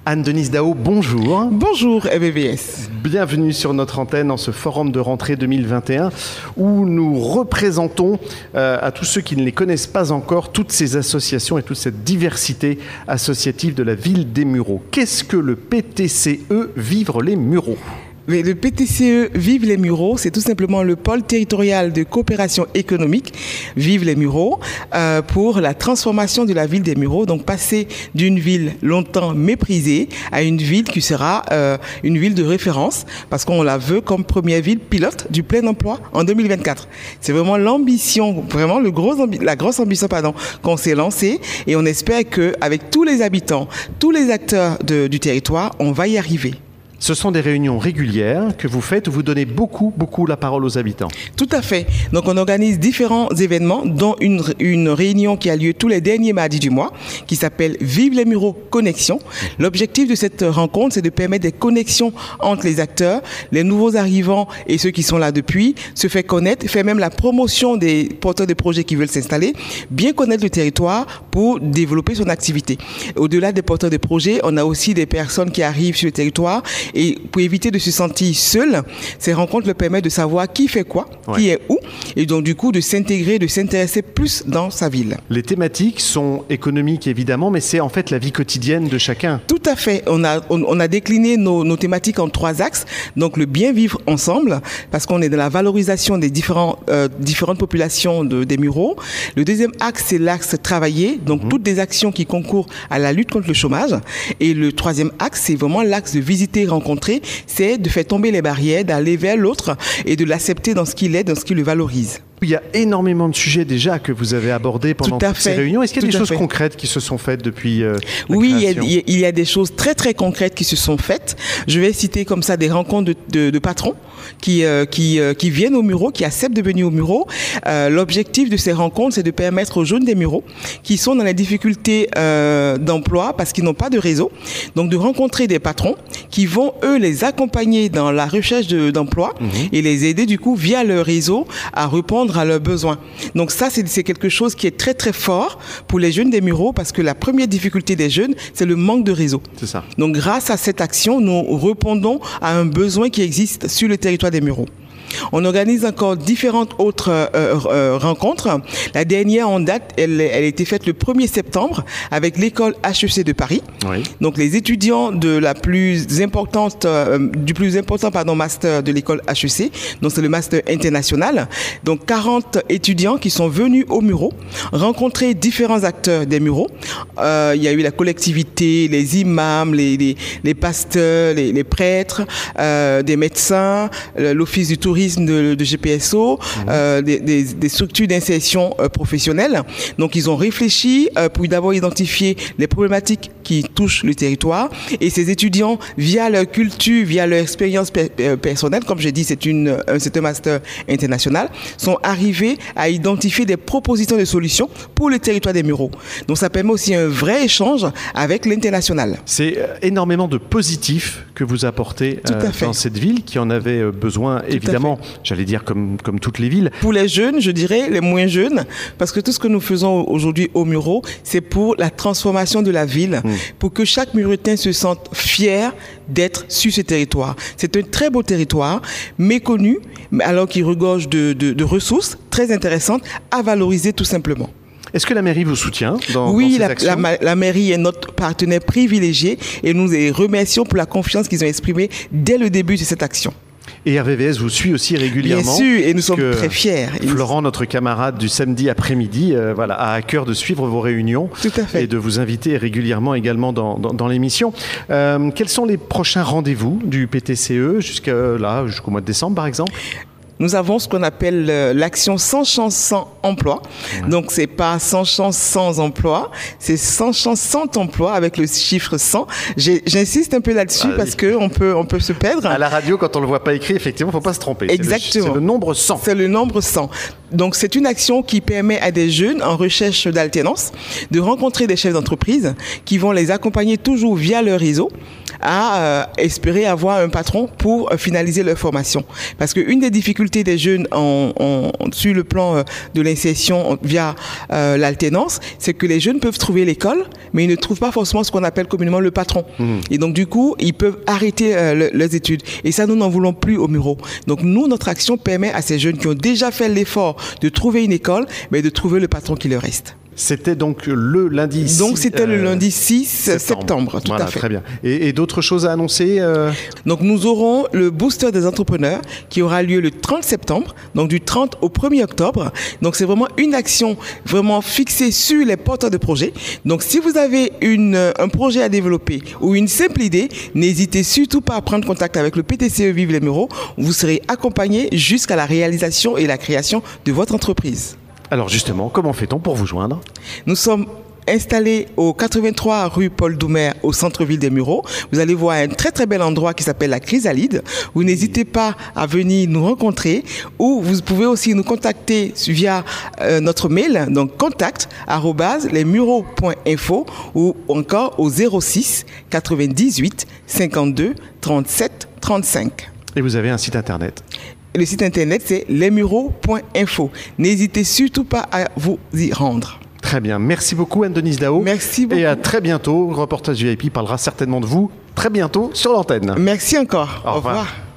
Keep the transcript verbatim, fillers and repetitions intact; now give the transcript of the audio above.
Anne-Denise Daho, bonjour. Bonjour R V V S. Bienvenue sur notre antenne en ce forum de rentrée deux mille vingt et un où nous représentons euh, à tous ceux qui ne les connaissent pas encore toutes ces associations et toute cette diversité associative de la ville des Mureaux. Qu'est-ce que le P T C E Vivre les Mureaux ? Mais le P T C E Vive les Mureaux, c'est tout simplement le pôle territorial de coopération économique Vive les Mureaux euh, pour la transformation de la ville des Mureaux, donc passer d'une ville longtemps méprisée à une ville qui sera euh, une ville de référence parce qu'on la veut comme première ville pilote du plein emploi en deux mille vingt-quatre. C'est vraiment l'ambition, vraiment le gros ambi- la grosse ambition pardon, qu'on s'est lancée et on espère qu'avec tous les habitants, tous les acteurs de, du territoire, on va y arriver. Ce sont des réunions régulières que vous faites où vous donnez beaucoup, beaucoup la parole aux habitants. Tout à fait. Donc, on organise différents événements, dont une, une réunion qui a lieu tous les derniers mardis du mois, qui s'appelle Vive les Mureaux Connexion. L'objectif de cette rencontre, c'est de permettre des connexions entre les acteurs, les nouveaux arrivants et ceux qui sont là depuis, se faire connaître, faire même la promotion des porteurs de projets qui veulent s'installer, bien connaître le territoire pour développer son activité. Au-delà des porteurs de projets, on a aussi des personnes qui arrivent sur le territoire. Et pour éviter de se sentir seul, ces rencontres le permettent de savoir qui fait quoi, ouais. qui est où, et donc du coup de s'intégrer, de s'intéresser plus dans sa ville. Les thématiques sont économiques évidemment, mais c'est en fait la vie quotidienne de chacun. Tout à fait. On a, on, on a décliné nos, nos thématiques en trois axes. Donc le bien vivre ensemble, parce qu'on est dans la valorisation des différents, euh, différentes populations de, des Mureaux. Le deuxième axe, c'est l'axe travailler, donc mmh. toutes des actions qui concourent à la lutte contre le chômage. Et le troisième axe, c'est vraiment l'axe de visiter, rencontrer, c'est de faire tomber les barrières, d'aller vers l'autre et de l'accepter dans ce qu'il est, dans ce qui le valorise. Il y a énormément de sujets déjà que vous avez abordés pendant toutes ces réunions. Est-ce qu'il y a Tout des choses fait. concrètes qui se sont faites depuis euh, la Oui, création ? il y, a, il y a des choses très très concrètes qui se sont faites. Je vais citer comme ça des rencontres de, de, de patrons qui, euh, qui, euh, qui viennent aux Mureaux, qui acceptent de venir aux Mureaux. Euh, l'objectif de ces rencontres, c'est de permettre aux jeunes des Mureaux qui sont dans les difficultés euh, d'emploi parce qu'ils n'ont pas de réseau, donc de rencontrer des patrons qui vont, eux, les accompagner dans la recherche de, d'emploi mmh. et les aider du coup via leur réseau à répondre à leurs besoins. Donc ça, c'est, c'est quelque chose qui est très très fort pour les jeunes des Mureaux parce que la première difficulté des jeunes, c'est le manque de réseau. C'est ça. Donc grâce à cette action, nous répondons à un besoin qui existe sur le territoire des Mureaux. On organise encore différentes autres euh, euh, rencontres. La dernière en date, elle, elle a été faite le premier septembre avec l'école H E C de Paris. Oui. Donc les étudiants de la plus importante, euh, du plus important pardon, master de l'école H E C, donc c'est le master international. Donc quarante étudiants qui sont venus aux Mureaux, rencontrer différents acteurs des Mureaux. Euh, il y a eu la collectivité, les imams, les, les, les pasteurs, les, les prêtres, euh, des médecins, l'office du tourisme De, de G P S O, mmh. euh, des, des, des structures d'insertion euh, professionnelle. Donc, ils ont réfléchi euh, pour d'abord identifier les problématiques qui touchent le territoire. Et ces étudiants, via leur culture, via leur expérience per, euh, personnelle, comme j'ai dit, c'est, une, euh, c'est un master international, sont arrivés à identifier des propositions de solutions pour le territoire des Mureaux. Donc, ça permet aussi un vrai échange avec l'international. C'est énormément de positifs que vous apportez euh, dans cette ville qui en avait besoin, évidemment. J'allais dire comme, comme toutes les villes. Pour les jeunes, je dirais les moins jeunes, parce que tout ce que nous faisons aujourd'hui aux Mureaux, c'est pour la transformation de la ville, mmh. pour que chaque Mureautain se sente fier d'être sur ce territoire. C'est un très beau territoire, méconnu, alors qu'il regorge de, de, de ressources très intéressantes à valoriser tout simplement. Est-ce que la mairie vous soutient dans, oui, dans ces la, actions ? la, la mairie est notre partenaire privilégié et nous les remercions pour la confiance qu'ils ont exprimée dès le début de cette action. Et R V V S vous suit aussi régulièrement. Bien sûr, et nous sommes très fiers. Florent, notre camarade du samedi après-midi, euh, voilà, a à cœur de suivre vos réunions. Tout à fait. Et de vous inviter régulièrement également dans, dans, dans l'émission. Euh, quels sont les prochains rendez-vous du P T C E jusqu'à là, jusqu'au mois de décembre, par exemple ? Nous avons ce qu'on appelle euh, l'action sans chance sans emploi. Ouais. Donc c'est pas sans chance sans emploi, c'est sans chance sans emploi avec le chiffre cent. J'ai, j'insiste un peu là-dessus ah, parce que on peut on peut se perdre. À la radio, quand on le voit pas écrit, effectivement, faut pas se tromper. Exactement. C'est le, c'est le nombre cent. C'est le nombre cent. Donc c'est une action qui permet à des jeunes en recherche d'alternance de rencontrer des chefs d'entreprise qui vont les accompagner toujours via leur réseau à euh, espérer avoir un patron pour euh, finaliser leur formation. Parce qu'une des difficultés des jeunes en, en, sur le plan euh, de l'insertion via euh, l'alternance, c'est que les jeunes peuvent trouver l'école, mais ils ne trouvent pas forcément ce qu'on appelle communément le patron. Mmh. Et donc du coup, ils peuvent arrêter euh, le, leurs études. Et ça, nous n'en voulons plus au Muro. Donc nous, notre action permet à ces jeunes qui ont déjà fait l'effort de trouver une école, mais de trouver le patron qui leur reste. C'était donc le lundi six Donc c'était euh, le lundi six septembre, septembre tout voilà, à fait. Très bien. Et, et d'autres choses à annoncer euh... Donc nous aurons le booster des entrepreneurs qui aura lieu le trente septembre, donc du trente au premier octobre. Donc c'est vraiment une action vraiment fixée sur les porteurs de projets. Donc si vous avez une, un projet à développer ou une simple idée, n'hésitez surtout pas à prendre contact avec le P T C E Vive les Mureaux. Vous serez accompagné jusqu'à la réalisation et la création de votre entreprise. Alors justement, comment fait-on pour vous joindre ? Nous sommes installés au quatre-vingt-trois rue Paul Doumer au centre-ville des Mureaux. Vous allez voir un très très bel endroit qui s'appelle la Chrysalide. Vous n'hésitez pas à venir nous rencontrer ou vous pouvez aussi nous contacter via euh, notre mail, donc contact arobase lesmureaux point info ou encore au zéro six quatre-vingt-dix-huit cinquante-deux trente-sept trente-cinq. Et vous avez un site internet ? Le site internet, c'est lesmureaux point info. N'hésitez surtout pas à vous y rendre. Très bien. Merci beaucoup, Anne-Denise Daho. Merci beaucoup. Et à très bientôt. Reportage V I P parlera certainement de vous très bientôt sur l'antenne. Merci encore. Au, Au revoir. revoir.